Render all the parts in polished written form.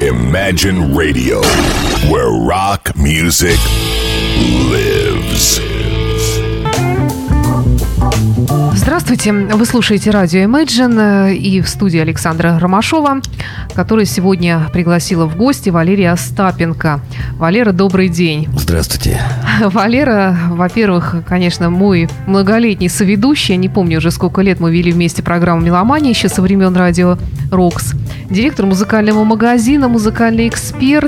Imagine Radio, where rock music lives. Здравствуйте, вы слушаете радио Imagine, и в студии Александра Ромашова, которая сегодня пригласила в гости Валерия Остапенко. Валера, добрый день. Здравствуйте. Валера, во-первых, конечно, мой многолетний соведущий. Я не помню уже, сколько лет мы вели вместе программу «Меломания», еще со времен радио «Рокс». Директор музыкального магазина, музыкальный эксперт.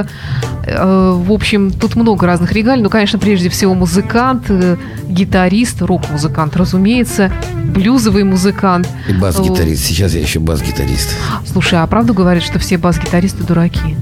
В общем, тут много разных регалий. Ну, конечно, прежде всего музыкант, гитарист, рок-музыкант, разумеется, блюзовый музыкант. И бас-гитарист. Сейчас я еще бас-гитарист. Слушай, а правда говорят, что все бас-гитаристы дураки?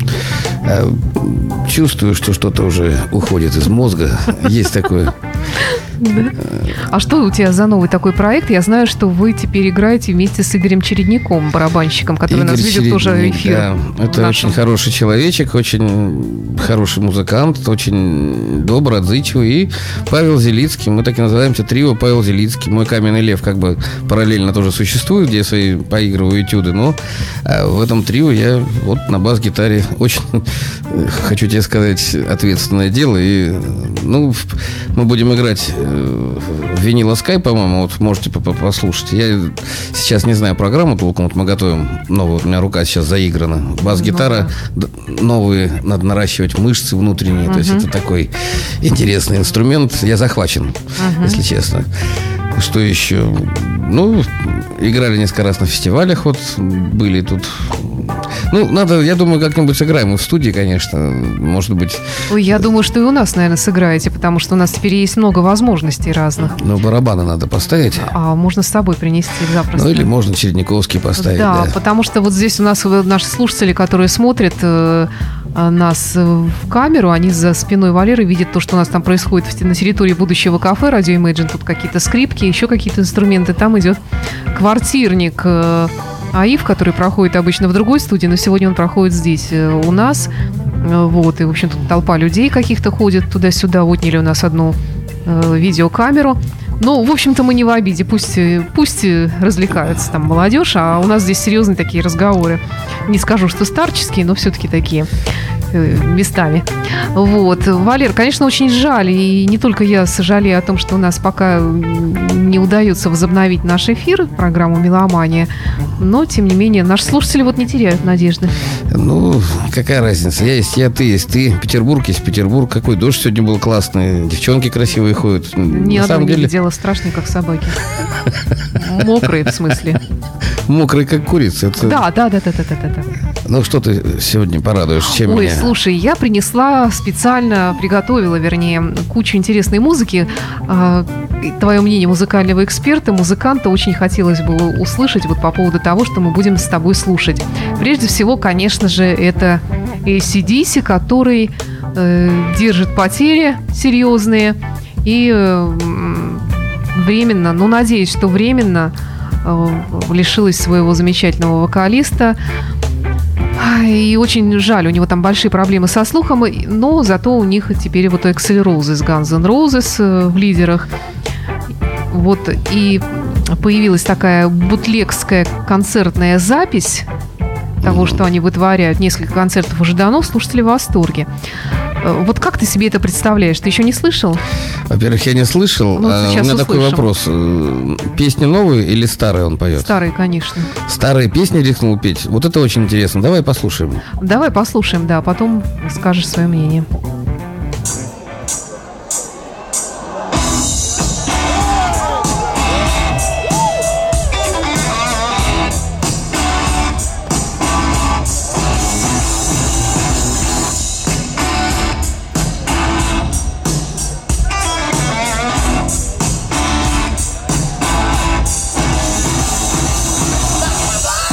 Чувствую, что что-то уже уходит из мозга. Есть такое. Да. А что у тебя за новый такой проект? Я знаю, что вы теперь играете вместе с Игорем Чередником, барабанщиком, который Игорь нас ведет тоже эфир. Да, это очень хороший человечек, очень хороший музыкант, очень добрый, отзывчивый. И Павел Зелицкий, мы так и называемся трио Павел Зелицкий. Мой «Каменный лев» как бы параллельно тоже существует, где я свои поигрываю этюды, но в этом трио я вот на бас-гитаре очень, хочу тебе сказать, ответственное дело. И, ну, мы будем играть «Винила Скай», по-моему, вот можете послушать. Я сейчас не знаю программу толком, вот мы готовим новую, у меня рука сейчас заиграна. Бас-гитара, новые, надо наращивать мышцы внутренние, то есть это такой интересный инструмент. Я захвачен, если честно. Что еще? Ну, играли несколько раз на фестивалях, вот были тут. Ну, надо, я думаю, как-нибудь сыграем и в студии, конечно, может быть. Ой, я думаю, что и у нас, наверное, сыграете, потому что у нас теперь есть много возможностей разных. Ну, барабаны надо поставить. А можно с собой принести запросто. Ну, или можно Чередниковский поставить, да. Потому что вот здесь у нас наши слушатели, которые смотрят нас в камеру, они за спиной Валеры видят то, что у нас там происходит на территории будущего кафе радио Imagine. Тут какие-то скрипки, еще какие-то инструменты. Там идет квартирник АИФ, который проходит обычно в другой студии, но сегодня он проходит здесь у нас. Вот, и, в общем, тут толпа людей каких-то ходит туда-сюда. Отняли у нас одну видеокамеру. Ну, в общем-то, мы не в обиде. Пусть развлекаются там молодежь, а у нас здесь серьезные такие разговоры. Не скажу, что старческие, но все-таки такие местами. Вот. Валер, конечно, очень жаль, и не только я сожалею о том, что у нас пока не удается возобновить наш эфир, программу «Меломания», но, тем не менее, наши слушатели вот не теряют надежды. Ну, какая разница? Я есть я, ты есть ты. Петербург есть Петербург. Какой дождь сегодня был классный. Девчонки красивые ходят. Ни одно не видела, страшные, как собаки. Мокрые, в смысле. Мокрые, как курица. Да. Ну, что ты сегодня порадуешь? Чем Ой, меня? Слушай, я приготовила, кучу интересной музыки. Твое мнение музыкального эксперта, музыканта очень хотелось бы услышать вот по поводу того, что мы будем с тобой слушать. Прежде всего, конечно же, это AC/DC, который держит потери серьезные и временно, надеюсь, что временно лишилась своего замечательного вокалиста. И очень жаль, у него там большие проблемы со слухом, но зато у них теперь вот Axl Rose из Guns N' Roses в лидерах. Вот, и появилась такая бутлегская концертная запись того, что они вытворяют. Несколько концертов уже давно, слушатели в восторге. Вот как ты себе это представляешь? Ты еще не слышал? Во-первых, я не слышал. У меня такой вопрос. Песни новые или старые он поет? Старые, конечно. Старые песни рискнул петь? Вот это очень интересно. Давай послушаем. Давай послушаем, да. Потом скажешь свое мнение.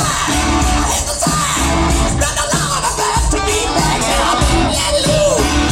Run along, I'm about to be back. I'll be let loose.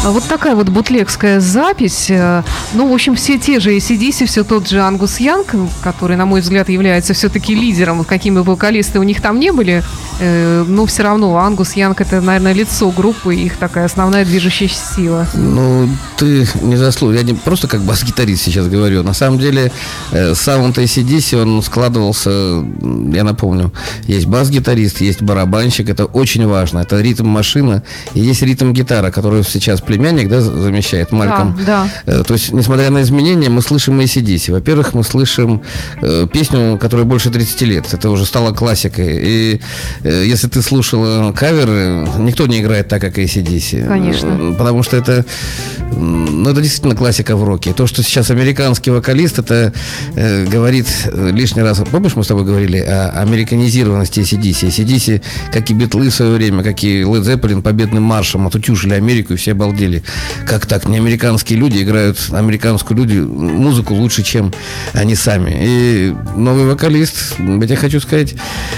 Вот такая вот бутлегская запись. Ну, в общем, все те же AC/DC, все тот же Ангус Янг, который, на мой взгляд, является все-таки лидером, какими бы вокалисты у них там не были. Но все равно Ангус Янг — это, наверное, лицо группы, их такая основная движущая сила. Ну, ты не заслужил. Я не просто как бас-гитарист сейчас говорю. На самом деле, саунд AC/DC, он складывался, я напомню, есть бас-гитарист, есть барабанщик, это очень важно. Это ритм-машина, и есть ритм-гитара, которую сейчас племянник, да, замещает, Мальком. Да, да. То есть, несмотря на изменения, мы слышим AC/DC. Во-первых, мы слышим песню, которой больше 30 лет. Это уже стало классикой. И если ты слушала каверы, никто не играет так, как AC/DC. Конечно. Потому что это, ну, это действительно классика в роке. То, что сейчас американский вокалист, это говорит лишний раз. Помнишь, мы с тобой говорили о американизированности AC/DC? AC/DC, как и Битлы в свое время, как и Led Zeppelin, победным маршем отутюжили Америку, и все обалдели. Как так? Не американские люди играют американскую музыку лучше, чем они сами. И новый вокалист, я тебе хочу сказать,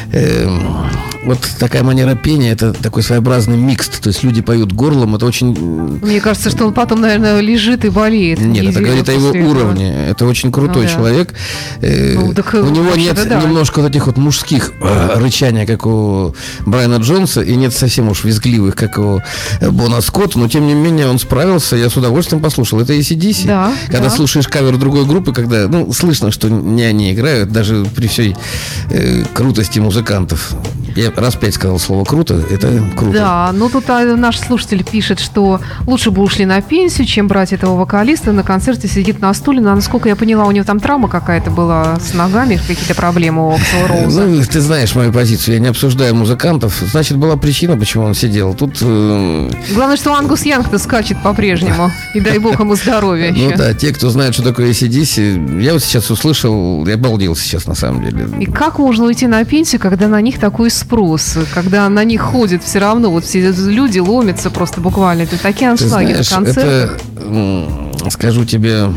вот такая манера пения, это такой своеобразный микс. То есть люди поют горлом, это очень... Мне кажется, что он потом, наверное, лежит и болеет. Нет, это говорит о его уровне. Это очень крутой человек. У него нет немножко вот этих вот мужских рычания, как у Брайана Джонса, и нет совсем уж визгливых, как у Бона Скотта, но тем не менее он справился, я с удовольствием послушал. Это AC/DC. Да, когда слушаешь кавер другой группы, когда, ну, слышно, что не они играют, даже при всей крутости музыкантов. Я раз 5 сказал слово «круто», это круто. Да, ну тут наш слушатель пишет, что лучше бы ушли на пенсию, чем брать этого вокалиста. На концерте сидит на стуле, но, насколько я поняла, у него там травма какая-то была с ногами, какие-то проблемы у Аксела Роуза. Ну, ты знаешь мою позицию, я не обсуждаю музыкантов. Значит, была причина, почему он сидел. Тут... Главное, что Ангус Янг-то скачет по-прежнему. И дай бог ему здоровья еще. Ну да, те, кто знает, что такое AC/DC, я вот сейчас услышал, я обалдел сейчас на самом деле. И как можно уйти на пенсию, когда на них такой спрос, когда на них ходят все равно, вот все люди ломятся просто буквально. Это такие аншлаги в концертах. Это, скажу тебе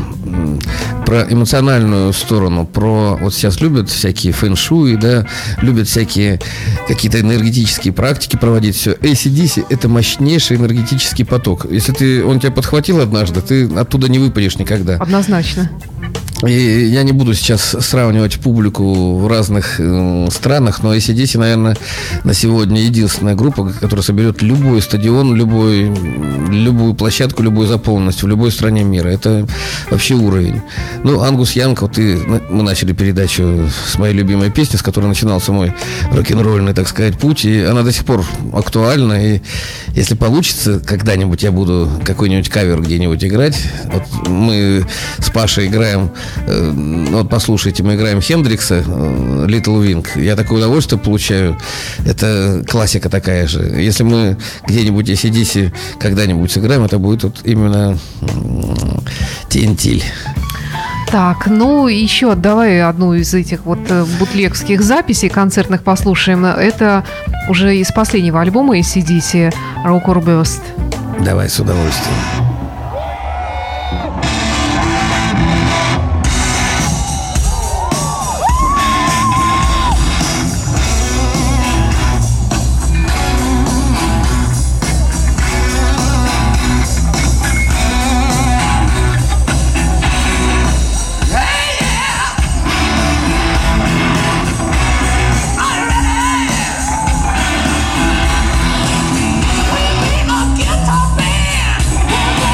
про эмоциональную сторону, про вот сейчас любят всякие фэн-шуи, да, любят всякие какие-то энергетические практики проводить, все. AC/DC — это мощнейший энергетический поток. Если он тебя подхватил однажды, ты оттуда не выпадешь никогда. Однозначно. И я не буду сейчас сравнивать публику в разных странах, но AC/DC, наверное, на сегодня единственная группа, которая соберет любой стадион, любую площадку, любую заполненность в любой стране мира. Это вообще уровень. Ну, Ангус Янг, вот мы начали передачу с моей любимой песни, с которой начинался мой рок-н-ролльный, так сказать, путь, и она до сих пор актуальна. И если получится, когда-нибудь я буду какой-нибудь кавер где-нибудь играть. Вот мы с Пашей играем. Вот послушайте, мы играем Хендрикса, Little Wing. Я такое удовольствие получаю. Это классика такая же. Если мы где-нибудь AC/DC когда-нибудь сыграем, это будет вот именно TNT. Так, ну еще давай одну из этих вот бутлегских записей концертных послушаем. Это уже из последнего альбома AC/DC Rock or Burst. Давай, с удовольствием. Guitar band.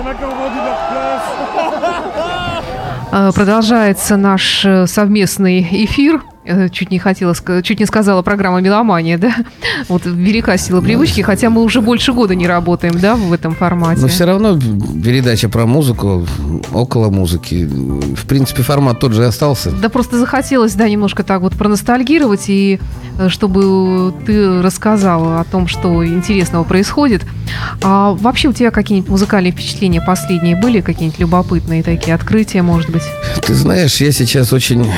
Продолжается наш совместный эфир. Чуть не сказала программа «Меломания», да? Вот велика сила привычки, хотя мы уже больше года не работаем, да, в этом формате. Но все равно передача про музыку, около музыки. В принципе, формат тот же остался. Да просто захотелось, да, немножко так вот проностальгировать, и чтобы ты рассказала о том, что интересного происходит. А вообще у тебя какие-нибудь музыкальные впечатления последние были? Какие-нибудь любопытные такие открытия, может быть? Ты знаешь, я сейчас очень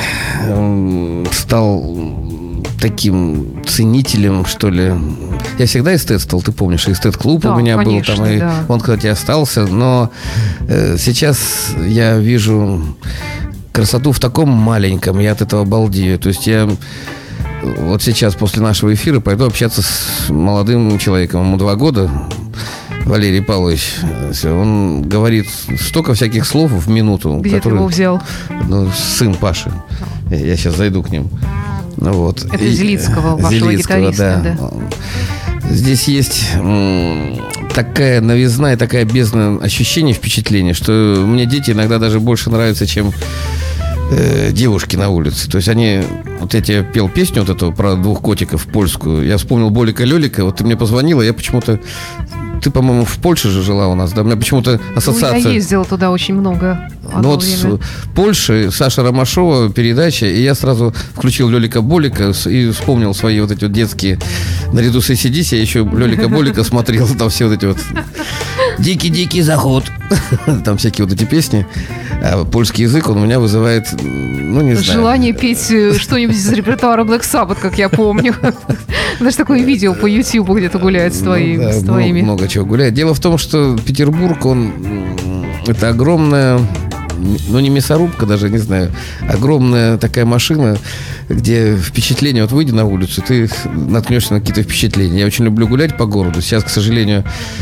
стал таким ценителем, что ли. Я всегда эстетствовал, ты помнишь, эстет-клуб да, у меня конечно, был там, и он, кстати, остался, но сейчас я вижу красоту в таком маленьком, я от этого балдею. То есть я вот сейчас после нашего эфира пойду общаться с молодым человеком, ему 2 года, Валерий Павлович. Он говорит столько всяких слов в минуту. Где ты его взял? Ну, сын Паши. Я сейчас зайду к ним. Ну, вот. Это Зелицкого, вашего гитариста. Да. Здесь есть такая новизна и такая бездна ощущений, впечатлений, что мне дети иногда даже больше нравятся, чем девушки на улице. То есть они... Вот я тебе пел песню вот эту про 2 котиков польскую. Я вспомнил Болика-Лёлика. Вот ты мне позвонила, я почему-то... Ты, по-моему, в Польше же жила у нас, да? У меня почему-то ассоциация... Ну, я ездила туда очень много. Ну вот с Польши, Саша Ромашова, передача, и я сразу включил Лёлика Болика и вспомнил свои вот эти вот детские... Наряду с AC/DC я еще Лёлика Болика смотрел, там все вот эти вот... Дикий-дикий заход. Там всякие вот эти песни. А польский язык, он у меня вызывает, ну, не знаю... Желание петь что-нибудь из репертуара Black Sabbath, как я помню. Даже такое видео по YouTube где-то гуляет с твоими. Много чего гуляет. Дело в том, что Петербург, он... Это огромная... Ну, не мясорубка даже, не знаю. Огромная такая машина, где впечатления... Вот выйди на улицу, ты наткнешься на какие-то впечатления. Я очень люблю гулять по городу. Сейчас, к сожалению...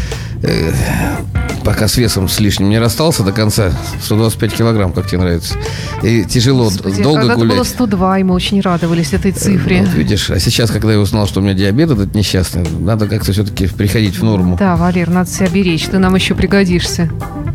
пока с весом с лишним не расстался до конца, 125 килограмм, как тебе нравится. И тяжело, Господи, долго когда-то гулять. было 102, и мы очень радовались этой цифре. Вот видишь, а сейчас, когда я узнал, что у меня диабет этот несчастный, надо как-то все-таки приходить в норму. Да, Валер, надо себя беречь, ты нам еще пригодишься.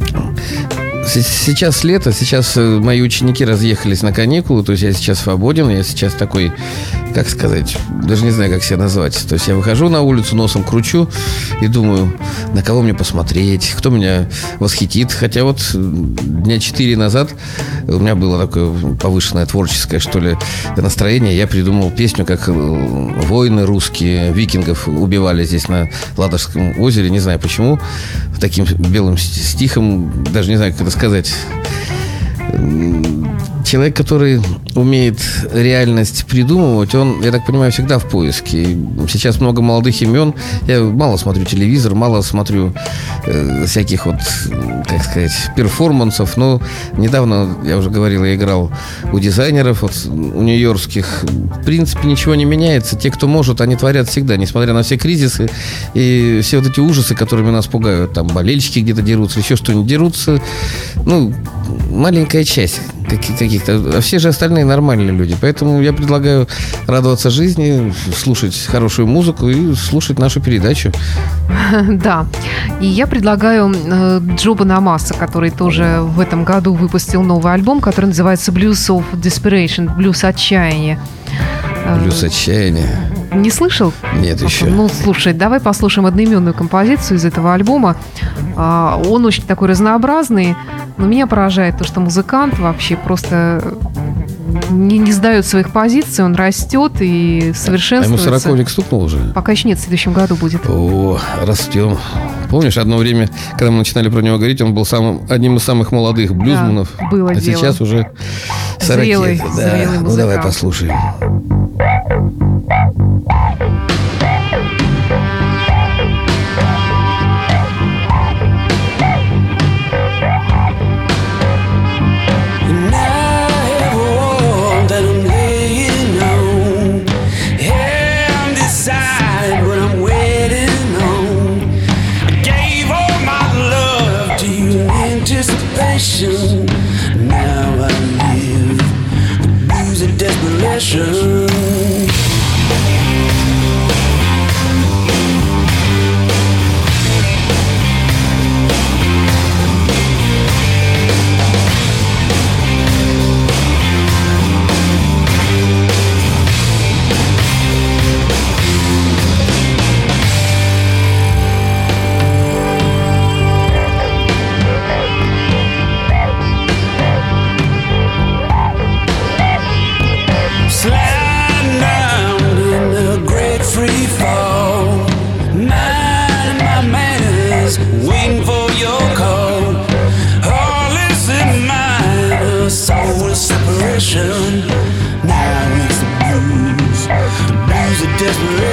Сейчас лето, сейчас мои ученики разъехались на каникулы, то есть я сейчас свободен, я сейчас такой, как сказать, даже не знаю, как себя назвать. То есть я выхожу на улицу, носом кручу и думаю, на кого мне посмотреть, кто меня восхитит. Хотя вот дня 4 назад у меня было такое повышенное творческое, что ли, настроение. Я придумал песню, как воины русские викингов убивали здесь на Ладожском озере, не знаю почему, таким белым стихом, даже не знаю, как это сказать. Человек, который умеет реальность придумывать, он, я так понимаю, всегда в поиске. И сейчас много молодых имен. Я мало смотрю телевизор, мало смотрю всяких вот, как сказать, перформансов. Но недавно, я уже говорил, я играл у дизайнеров, вот, у нью-йоркских. В принципе, ничего не меняется. Те, кто может, они творят всегда, несмотря на все кризисы и все вот эти ужасы, которыми нас пугают. Там болельщики где-то дерутся, еще что-нибудь дерутся. Ну, маленькая часть каких-то. А все же остальные нормальные люди. Поэтому я предлагаю радоваться жизни, слушать хорошую музыку и слушать нашу передачу. Да. И я предлагаю Джо Бонамасса, который тоже в этом году выпустил новый альбом, который называется Blues of Desperation, Блюз отчаяния. Блюз отчаяния. Не слышал? Нет, еще. Ну, слушай, давай послушаем одноименную композицию из этого альбома. Он очень такой разнообразный, но меня поражает то, что музыкант вообще просто не сдает своих позиций, он растет и совершенствуется. А ему 40-ник стукнул уже? Пока еще нет, в следующем году будет. О, растем. Помнишь, одно время, когда мы начинали про него говорить, он был одним из самых молодых блюзманов. Да, было дело. Сейчас уже 40. Зрелый музыкант. Ну, давай послушаем. Now I live the blues of desperation.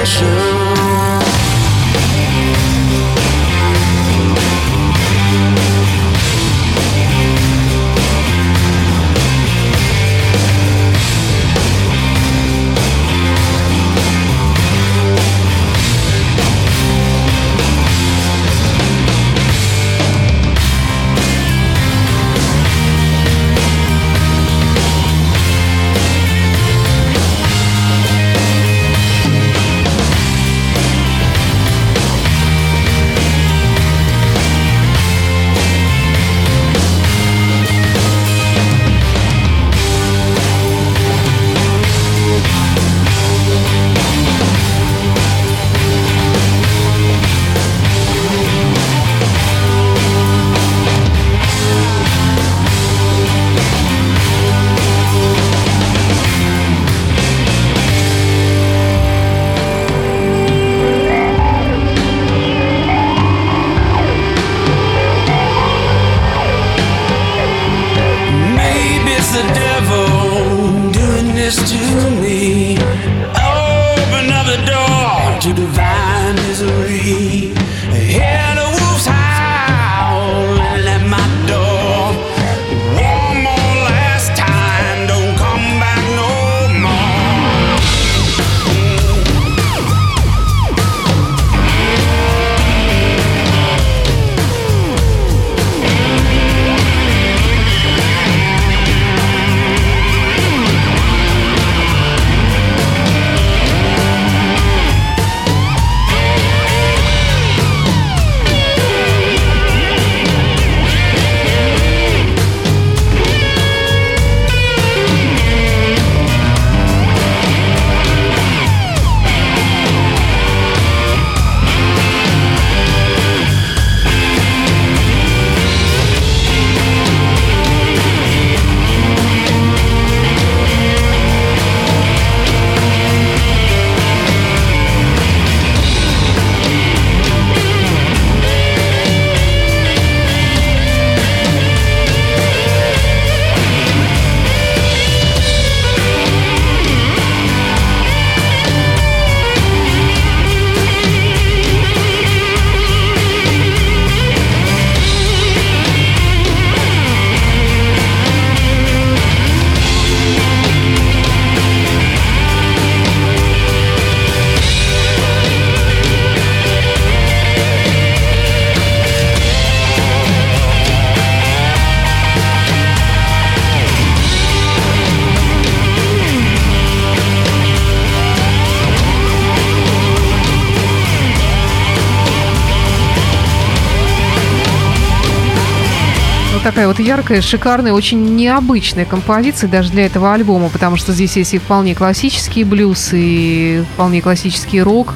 Такая вот яркая, шикарная, очень необычная композиция даже для этого альбома, потому что здесь есть и вполне классический блюз, и вполне классический рок,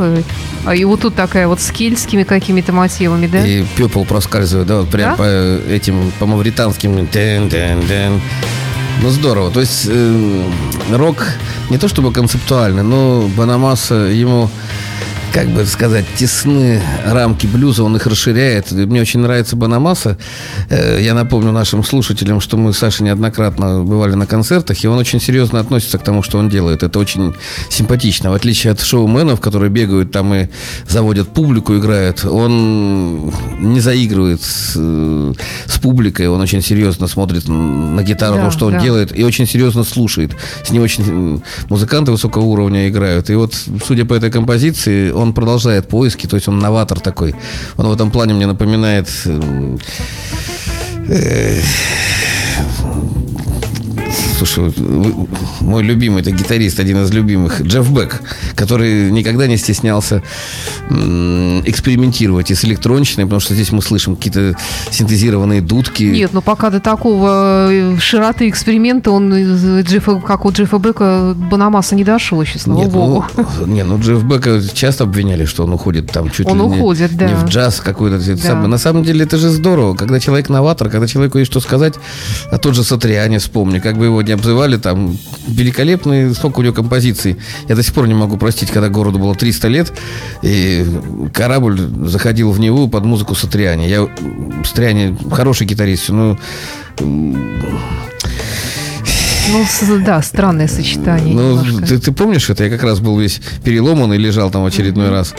и вот тут такая вот с кельтскими какими-то мотивами, да? И Пепл проскальзывает, да, вот прям по этим, по мавританским. Ну, здорово. То есть рок не то чтобы концептуальный, но Бонамасса, ему, как бы сказать, тесны рамки блюза, он их расширяет. Мне очень нравится Бонамасса. Я напомню нашим слушателям, что мы с Сашей неоднократно бывали на концертах, и он очень серьезно относится к тому, что он делает. Это очень симпатично. В отличие от шоуменов, которые бегают там и заводят публику, играют, он не заигрывает с публикой, он очень серьезно смотрит на гитару, то, что он делает, и очень серьезно слушает. С ним очень музыканты высокого уровня играют. И вот, судя по этой композиции, он продолжает поиски, то есть он новатор такой. Он в этом плане мне напоминает слушай, мой любимый, это гитарист, один из любимых, Джефф Бек, который никогда не стеснялся экспериментировать и с электронщиной, потому что здесь мы слышим какие-то синтезированные дудки. Нет, но пока до такого широты эксперимента как у Джеффа Бека, Бонамасса не дошел еще, слава богу. Ну Джефф Бека часто обвиняли, что он уходит там чуть ли не в джаз какой-то. Да. На самом деле это же здорово, когда человек новатор, когда человеку есть что сказать, а тот же Сатриани, вспомни, как бы его не обзывали, там великолепный, сколько у него композиций. Я до сих пор не могу простить, когда городу было 300 лет, и корабль заходил в Неву под музыку Сатриани. Сатриани хороший гитарист, но Да, странное сочетание. Ну, ты помнишь это? Я как раз был весь переломан и лежал там в очередной раз.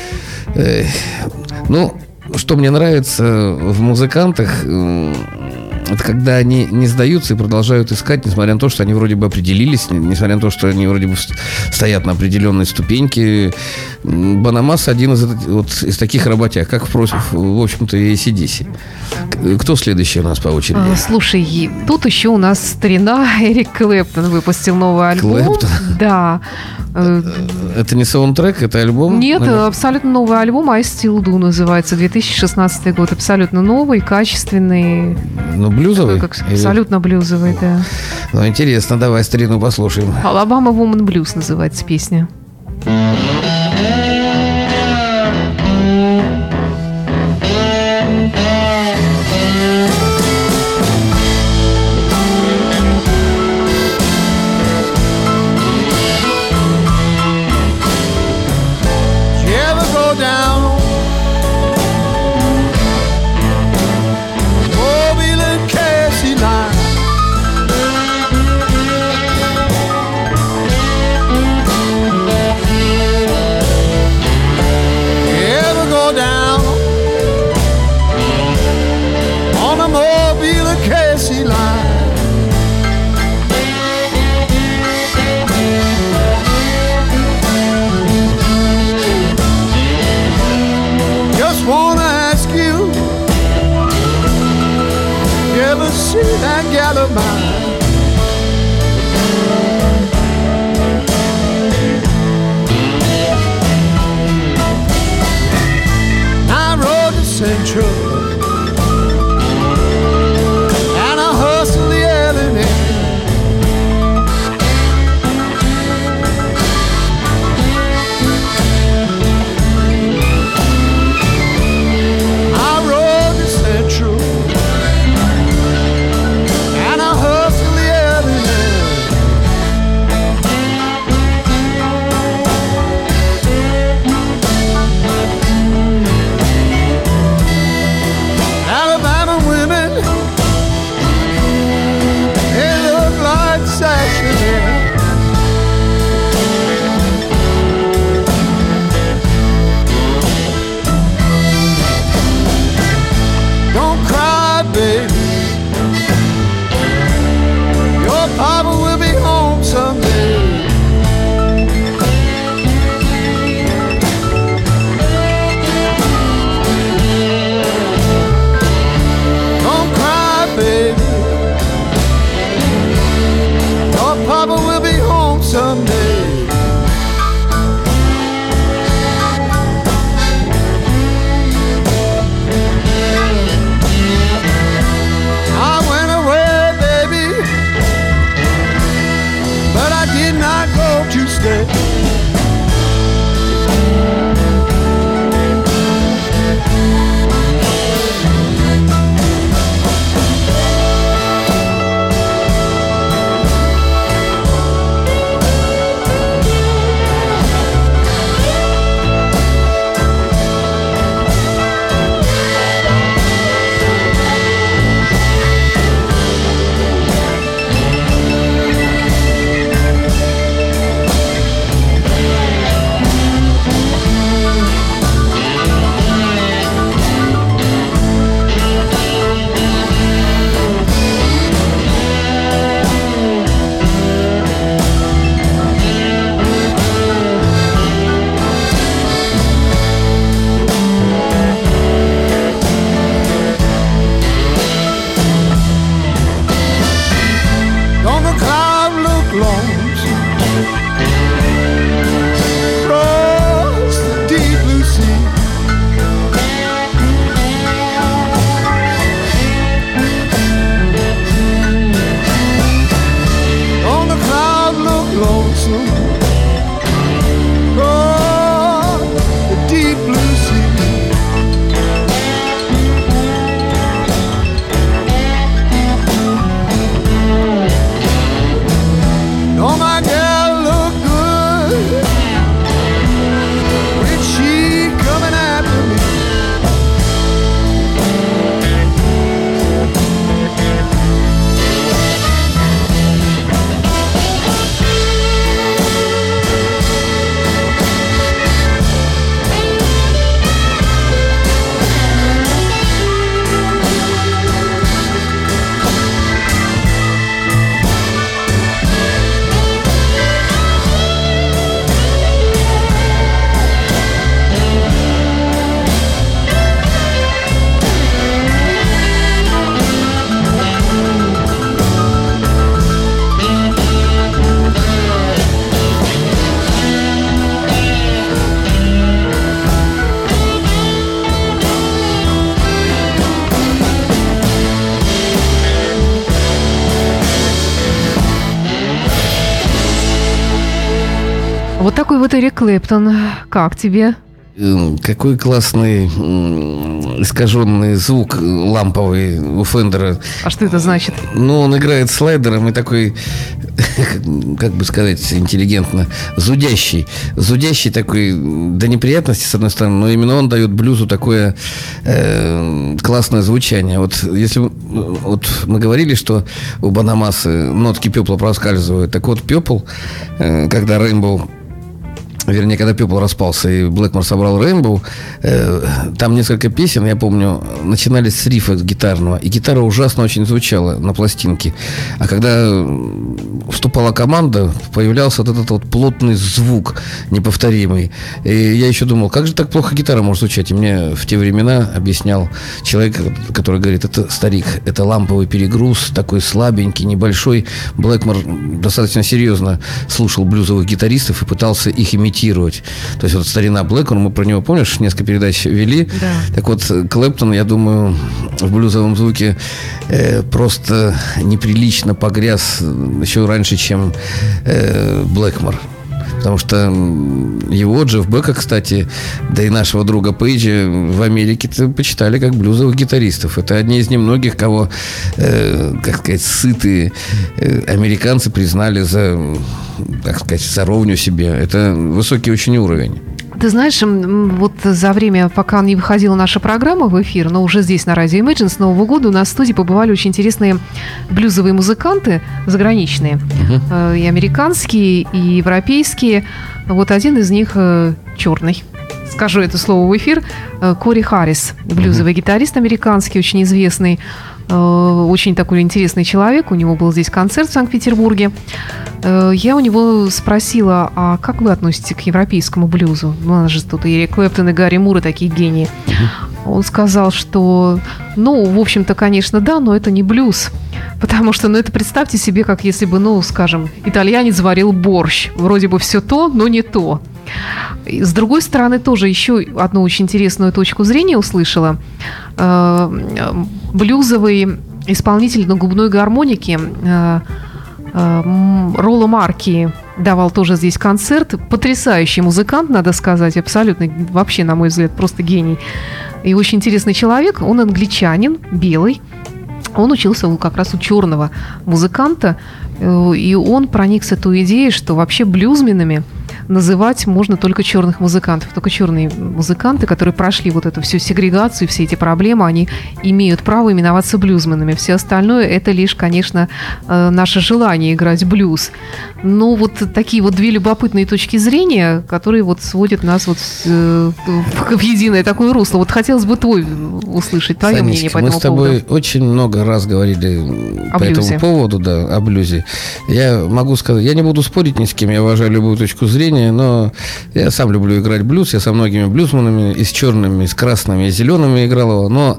Ну, что мне нравится в музыкантах, это когда они не сдаются и продолжают искать, несмотря на то, что они вроде бы определились, несмотря на то, что они вроде бы стоят на определенной ступеньке. Банамас один из таких работяг, как, в общем-то, и AC/DC. Кто следующий у нас по очереди? Слушай, тут еще у нас старина Эрик Клэптон выпустил новый альбом. Клэптон? Да. Это не саундтрек, это альбом? Нет, абсолютно новый альбом I Still Do называется, 2016 год. Абсолютно новый, качественный. Ну, блюзовый? Абсолютно блюзовый, да. Ну, интересно, давай старину послушаем. Alabama Woman Blues называется песня. I rode the Central and I hustled вот Эрик Клэптон. Как тебе? Какой классный искаженный звук ламповый у Фендера. А что это значит? Ну, он играет слайдером и такой, как бы сказать интеллигентно, зудящий. Зудящий такой до неприятности, с одной стороны, но именно он дает блюзу такое классное звучание. Вот если вот мы говорили, что у Банамасы нотки пепла проскальзывают, так вот пепл, когда Рейнбоу, вернее, когда Пепл распался и Блэкмор собрал Рейнбоу, там несколько песен, я помню, начинались с рифа гитарного, и гитара ужасно очень звучала на пластинке. А когда вступала команда, появлялся вот этот вот плотный звук неповторимый. И я еще думал, как же так плохо гитара может звучать? И мне в те времена объяснял человек, который говорит, это старик, это ламповый перегруз, такой слабенький, небольшой. Блэкмор достаточно серьезно слушал блюзовых гитаристов и пытался их имитировать. То есть вот старина Блэкмор, мы про него, помнишь, несколько передач вели? Да. Так вот, Клэптон, я думаю, в блюзовом звуке просто неприлично погряз еще раньше, чем Блэкмор. Потому что его, Джефф Бека, кстати, да и нашего друга Пейджа в Америке-то почитали как блюзовых гитаристов. Это одни из немногих, кого, как сказать, сытые американцы признали за, так сказать, за ровню себе. Это высокий очень уровень. Ты знаешь, вот за время, пока не выходила наша программа в эфир, но уже здесь на радио Imagine с Нового года у нас в студии побывали очень интересные блюзовые музыканты заграничные. И американские, и европейские. Вот один из них черный. Скажу это слово в эфир. Кори Харрис, блюзовый гитарист американский, очень известный. Очень такой интересный человек. У него был здесь концерт в Санкт-Петербурге. Я у него спросила, а как вы относитесь к европейскому блюзу? Ну, у нас же тут и Эрик Клэптон, и Гарри Мур, и такие гении. Он сказал, что, ну, в общем-то, конечно, да, но это не блюз. Потому что, ну, это представьте себе, как если бы, ну, скажем, итальянец варил борщ. Вроде бы все то, но не то. И, с другой стороны, тоже еще одну очень интересную точку зрения услышала. Блюзовый исполнитель на губной гармонике Роло Марки давал тоже здесь концерт. Потрясающий музыкант, надо сказать, абсолютно, вообще, на мой взгляд, просто гений. И очень интересный человек. Он англичанин, белый. Он учился как раз у черного музыканта. И он проникся той идеей, что вообще блюзменами называть можно только черных музыкантов. Только черные музыканты, которые прошли вот эту всю сегрегацию, все эти проблемы, они имеют право именоваться блюзменами. Все остальное – это лишь, конечно, наше желание играть блюз. Но вот такие вот две любопытные точки зрения, которые вот сводят нас вот в единое такое русло. Вот хотелось бы услышать твое Санечка, мнение по этому поводу. Мы с тобой очень много раз говорили по этому поводу, да, о блюзе. Я могу сказать, я не буду спорить ни с кем, я уважаю любую точку зрения, но я сам люблю играть блюз, я со многими блюзманами, и с черными, и с красными, и с зелеными играл его, но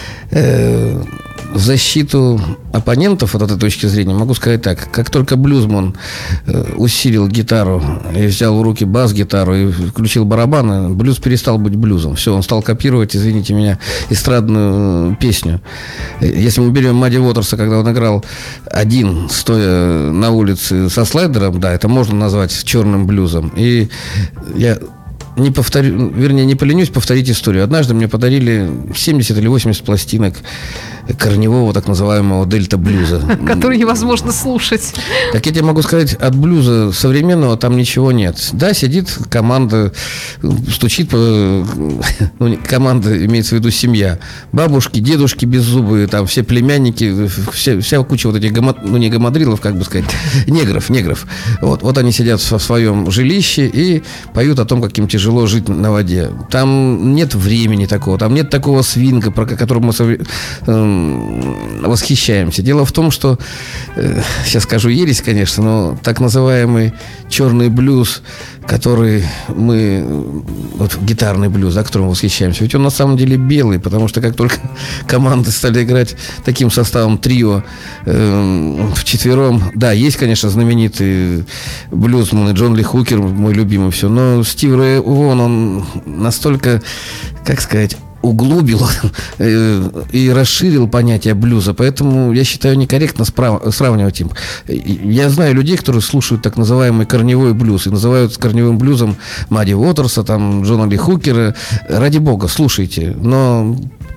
в защиту оппонентов от этой точки зрения могу сказать так. Как только блюзман усилил гитару и взял в руки бас-гитару и включил барабаны, блюз перестал быть блюзом. Все, он стал копировать, извините меня, эстрадную песню. Если мы берем Мадди Уотерса, когда он играл один, стоя на улице со слайдером, да, это можно назвать черным блюзом. И я не поленюсь повторить историю. Однажды мне подарили 70 или 80 пластинок корневого, так называемого дельта-блюза. Который невозможно слушать. Так я тебе могу сказать, от блюза современного там ничего нет. Да, сидит команда, стучит, команда, имеется в виду семья. Бабушки, дедушки беззубые, там все племянники, вся куча вот этих, не гамадрилов, как бы сказать, негров. Вот они сидят в своем жилище и поют о том, как им тяжело жить на воде. Там нет времени такого, там нет такого свинга, про которого мы восхищаемся. Дело в том, что сейчас скажу ересь, конечно, но так называемый черный блюз, который вот гитарный блюз, да, которым мы восхищаемся, ведь он на самом деле белый, потому что как только команды стали играть таким составом трио вчетвером, да, есть, конечно, знаменитые блюзманы, Джон Ли Хукер, мой любимый, все, но Стив Рэй Вон, он настолько, как сказать, углубил и расширил понятие блюза. Поэтому я считаю некорректно сравнивать им. Я знаю людей, которые слушают так называемый корневой блюз и называют корневым блюзом Мадди Уотерса, там, Джона Ли Хукера. Ради бога, слушайте. Но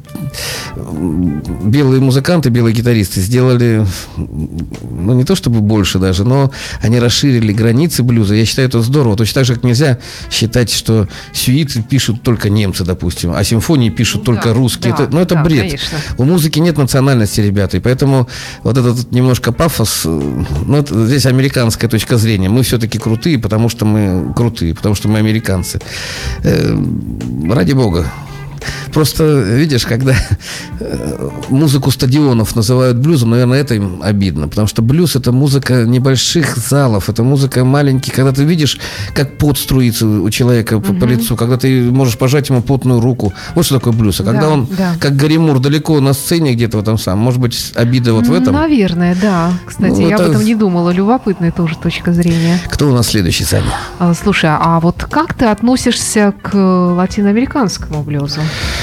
белые музыканты, белые гитаристы сделали, ну, не то чтобы больше даже, но они расширили границы блюза. Я считаю, это здорово. Точно так же, как нельзя считать, что сюиты пишут только немцы, допустим, а симфонии пишут только русские. Это бред. Конечно. У музыки нет национальности, ребята, и поэтому вот этот немножко пафос, это здесь американская точка зрения. Мы все-таки крутые, потому что мы американцы. Ради бога. Просто, видишь, когда музыку стадионов называют блюзом, наверное, это им обидно. Потому что блюз – это музыка небольших залов, это музыка маленьких. Когда ты видишь, как пот струится у человека по лицу, когда ты можешь пожать ему потную руку. Вот что такое блюз. А когда он, как Гарри Мур, далеко на сцене где-то в этом самом, может быть, обида вот в этом? Наверное, да. Кстати, я об этом не думала. Любопытная тоже точка зрения. Кто у нас следующий, Саня? Слушай, а вот как ты относишься к латиноамериканскому блюзу?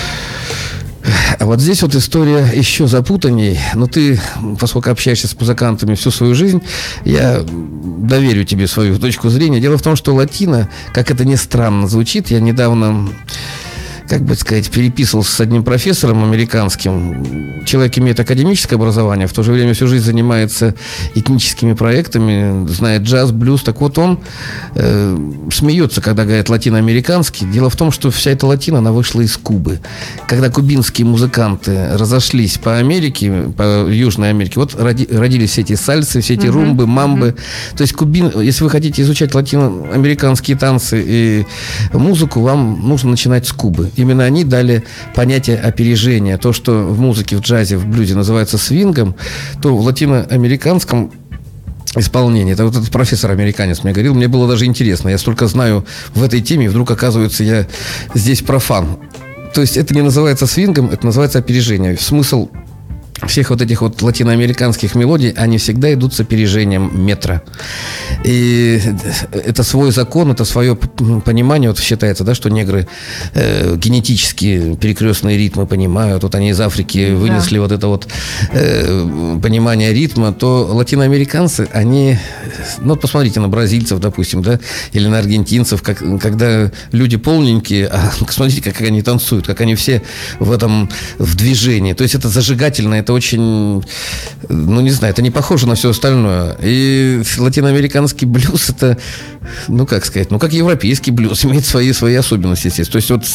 А вот здесь вот история еще запутанней. Но ты, поскольку общаешься с музыкантами всю свою жизнь, я доверю тебе свою точку зрения. Дело в том, что латино, как это ни странно звучит, я недавно, как бы сказать, переписывался с одним профессором американским. Человек имеет академическое образование, в то же время всю жизнь занимается этническими проектами, знает джаз, блюз. Так вот, он смеется, когда говорит латиноамериканский. Дело в том, что вся эта латина, она вышла из Кубы. Когда кубинские музыканты разошлись по Америке, по Южной Америке, вот родились все эти сальсы, все эти румбы, мамбы. То есть если вы хотите изучать латиноамериканские танцы и музыку, вам нужно начинать с Кубы. Именно они дали понятие опережения. То, что в музыке, в джазе, в блюзе называется свингом, то в латиноамериканском исполнении. Это вот этот профессор-американец мне говорил. Мне было даже интересно. Я столько знаю в этой теме, и вдруг, оказывается, я здесь профан. То есть это не называется свингом, это называется опережение. Смысл всех вот этих вот латиноамериканских мелодий, они всегда идут с опережением метра. И это свой закон, это свое понимание. Вот считается, да, что негры генетически перекрестные ритмы понимают. Вот они из Африки вынесли вот это вот понимание ритма. То латиноамериканцы, они... Ну, посмотрите на бразильцев, допустим, да, или на аргентинцев, когда люди полненькие, а смотрите, как они танцуют, как они все в движении. То есть это зажигательно, это очень, ну, не знаю, это не похоже на все остальное. И латиноамериканский блюз, это, ну, как сказать, ну, как европейский блюз, имеет свои особенности, естественно. То есть вот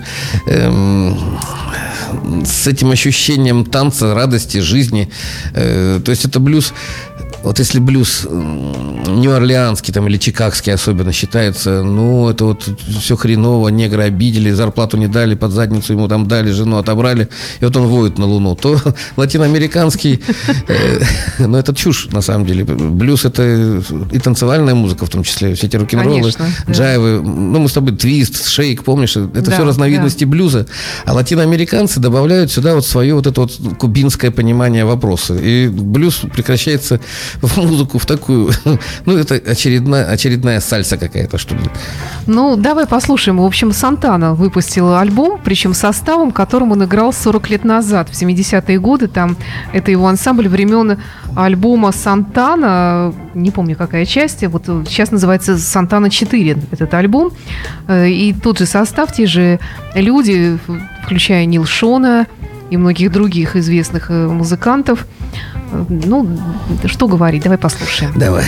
с этим ощущением танца, радости, жизни. То есть это блюз. Вот если блюз нью-орлеанский там, или чикагский особенно считается, ну, это вот все хреново, негры обидели, зарплату не дали, под задницу ему там дали, жену отобрали, и вот он воет на Луну, то латиноамериканский, ну, это чушь, на самом деле. Блюз – это и танцевальная музыка, в том числе, все эти рок-н-роллы, джайвы, ну, мы с тобой твист, шейк, помнишь, это все разновидности блюза, а латиноамериканцы добавляют сюда вот свое вот это вот кубинское понимание вопроса, и блюз прекращается в музыку, в такую... Ну, это очередная сальса какая-то, что ли. Ну, давай послушаем. В общем, Сантана выпустил альбом, причем составом, которым он играл 40 лет назад, в 70-е годы. Там это его ансамбль времен альбома Сантана. Не помню, какая часть. Вот сейчас называется Сантана 4 этот альбом. И тот же состав, те же люди, включая Нил Шона и многих других известных музыкантов. Ну, что говорить, давай послушаем. Давай.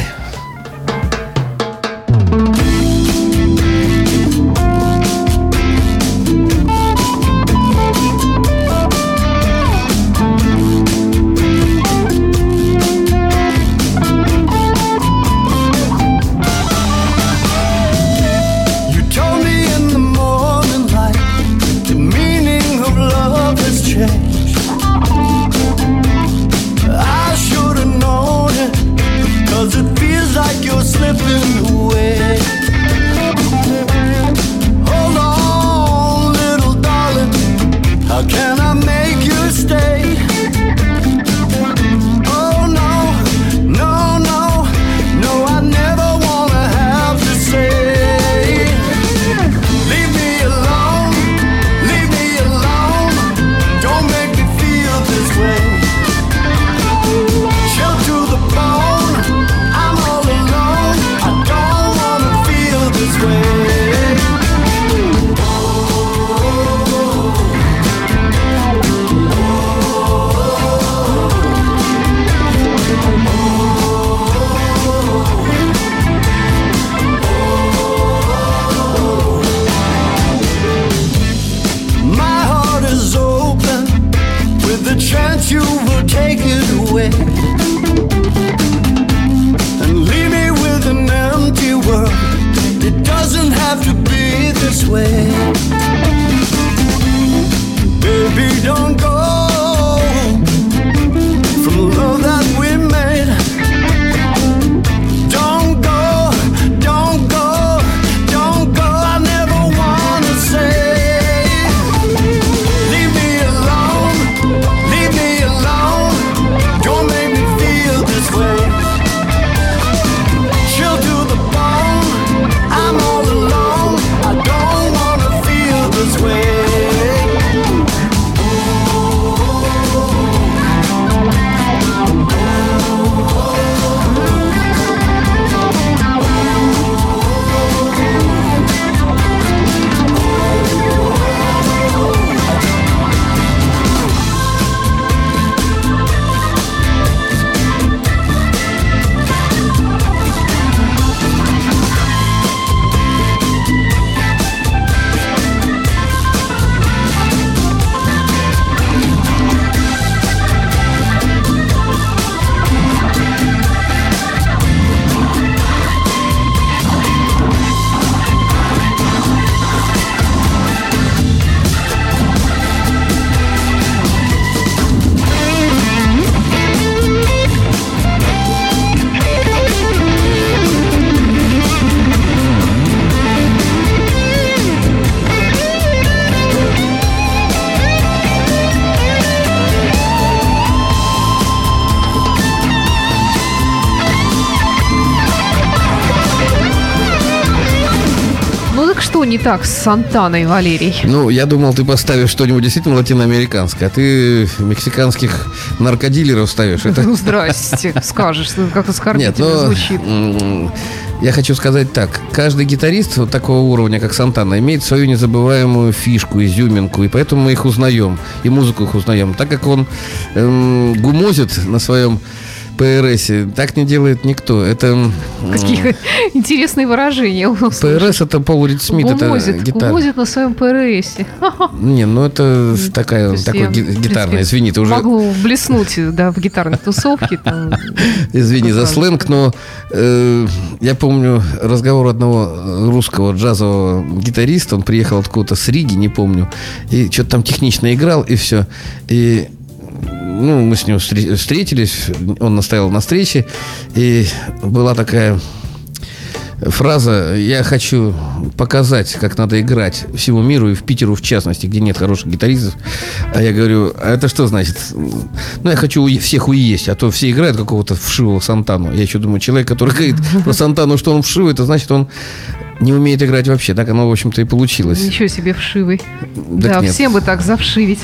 It feels have to be this way. Baby, don't go from the love that we made. Don't go, don't go, don't go. I never wanna say, leave me alone, leave me alone. Don't make me feel this way. Chill to the bone, I'm all alone. I don't wanna feel this way. Что не так с Сантаной, Валерий? Ну, я думал, ты поставишь что-нибудь действительно латиноамериканское, а ты мексиканских наркодилеров ставишь. Это... Ну, здрасте, скажешь, как оскорбительно звучит. Я хочу сказать так. Каждый гитарист вот такого уровня, как Сантана, имеет свою незабываемую фишку, изюминку, и поэтому мы их узнаем, и музыку их узнаем. Так как он гумозит на своем ПРСе, так не делает никто. Это... Какие интересные выражения. ПРС — это Пол Рид Смит, это гитара. Гумозит на своем ПРСе. Не, ну это такой гитарный, извини, ты уже... Могу блеснуть, да, в гитарной тусовке. Извини за сленг, но я помню разговор одного русского джазового гитариста, он приехал откуда-то с Риги, не помню, и что-то там технично играл, и все. И ну, мы с ним встретились, он настоял на встрече, и была такая фраза: я хочу показать, как надо играть всему миру, и в Питеру в частности, где нет хороших гитаристов. А я говорю: а это что значит? Ну, я хочу всех уесть, а то все играют какого-то вшивого Сантану. Я еще думаю, человек, который говорит про Сантану, что он вшивый, это значит, он не умеет играть вообще. Так оно, в общем-то, и получилось. Ничего себе вшивый. Да, нет. Всем бы так завшивить.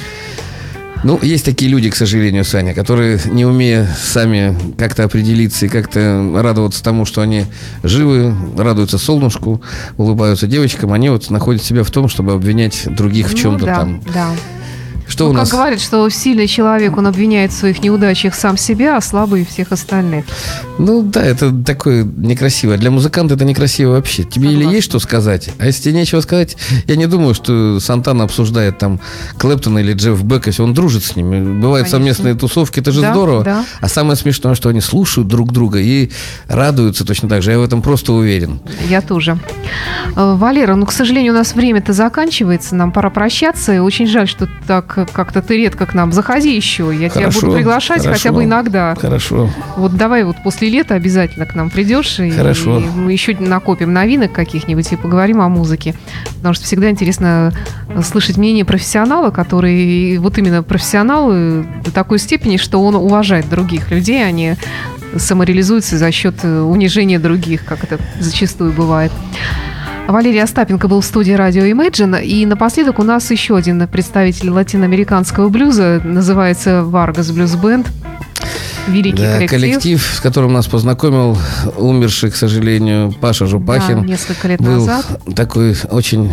Ну, есть такие люди, к сожалению, Саня, которые, не умея сами как-то определиться и как-то радоваться тому, что они живы, радуются солнышку, улыбаются девочкам, они вот находят себя в том, чтобы обвинять других в чем-то там. Да. Что у нас? Как говорят, что сильный человек, он обвиняет в своих неудачах сам себя, а слабый всех остальных. Ну да, это такое некрасиво. Для музыканта это некрасиво вообще. Тебе или есть что сказать, а если тебе нечего сказать, я не думаю, что Сантана обсуждает там Клэптона или Джефф Бека, если он дружит с ними. Бывают совместные тусовки, это же здорово. Да. А самое смешное, что они слушают друг друга и радуются точно так же. Я в этом просто уверен. Я тоже. Валера, ну, к сожалению, у нас время-то заканчивается, нам пора прощаться. И очень жаль, что так как-то ты редко к нам. Заходи еще, я тебя буду приглашать хотя бы иногда. Хорошо. Вот давай вот после лета обязательно к нам придешь. Хорошо. И мы еще накопим новинок каких-нибудь и поговорим о музыке. Потому что всегда интересно слышать мнение профессионала, который вот именно профессионал до такой степени, что он уважает других людей, а не самореализуется за счет унижения других, как это зачастую бывает. Валерий Остапенко был в студии радио Imagine. И напоследок у нас еще один представитель латиноамериканского блюза. Называется Vargas Blues Band. Великий коллектив, с которым нас познакомил умерший, к сожалению, Паша Жупахин. Да, несколько лет был назад. Такой очень...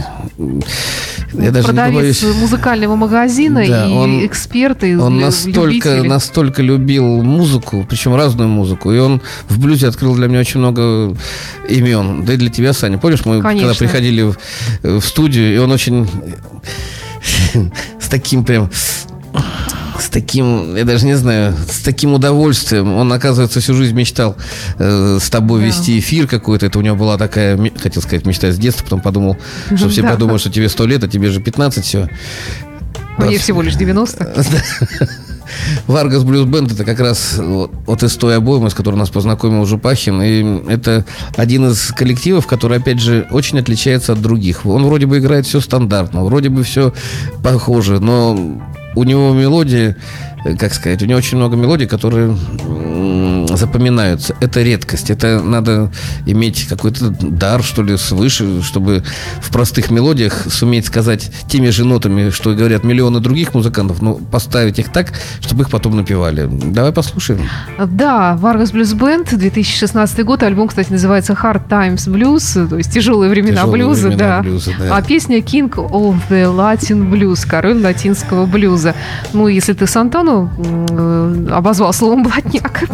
Я даже продавец не боюсь... музыкального магазина, да, и эксперт, и он настолько любил музыку, причем разную музыку, и он в блюзе открыл для меня очень много имен. Да и для тебя, Саня. Помнишь, мы когда приходили в студию, и он очень с таким прям... с таким, я даже не знаю, с таким удовольствием. Он, оказывается, всю жизнь мечтал с тобой вести эфир какой-то. Это у него была такая, хотел сказать, мечта с детства. Потом подумал, что все подумают, что тебе 100 лет, а тебе же 15 всего. Мне всего лишь 90. Vargas Blues Band — это как раз вот из той обоймы, с которой нас познакомил Жупахин. И это один из коллективов, который, опять же, очень отличается от других. Он вроде бы играет все стандартно, вроде бы все похоже, но у него мелодии, как сказать, у него очень много мелодий, которые запоминаются. Это редкость. Это надо иметь какой-то дар, что ли, свыше, чтобы в простых мелодиях суметь сказать теми же нотами, что говорят миллионы других музыкантов, но поставить их так, чтобы их потом напевали. Давай послушаем. Да, Vargas Blues Band, 2016 год. Альбом, кстати, называется Hard Times Blues, то есть тяжелые времена блюза. Да. А песня King of the Latin Blues, король латинского блюза. Ну, если ты Сантану обозвал словом блатняк,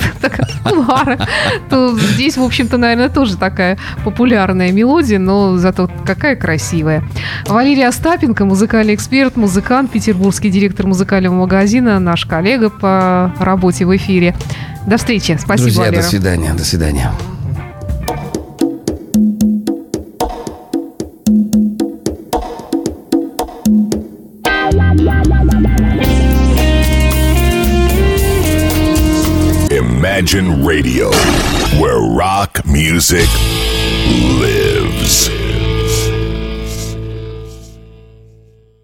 то здесь, в общем-то, наверное, тоже такая популярная мелодия, но зато какая красивая. Валерий Остапенко, музыкальный эксперт, музыкант, петербургский директор музыкального магазина, наш коллега по работе в эфире. До встречи. Спасибо, друзья, Валера. до свидания. До свидания. Imagine Radio, where rock music lives.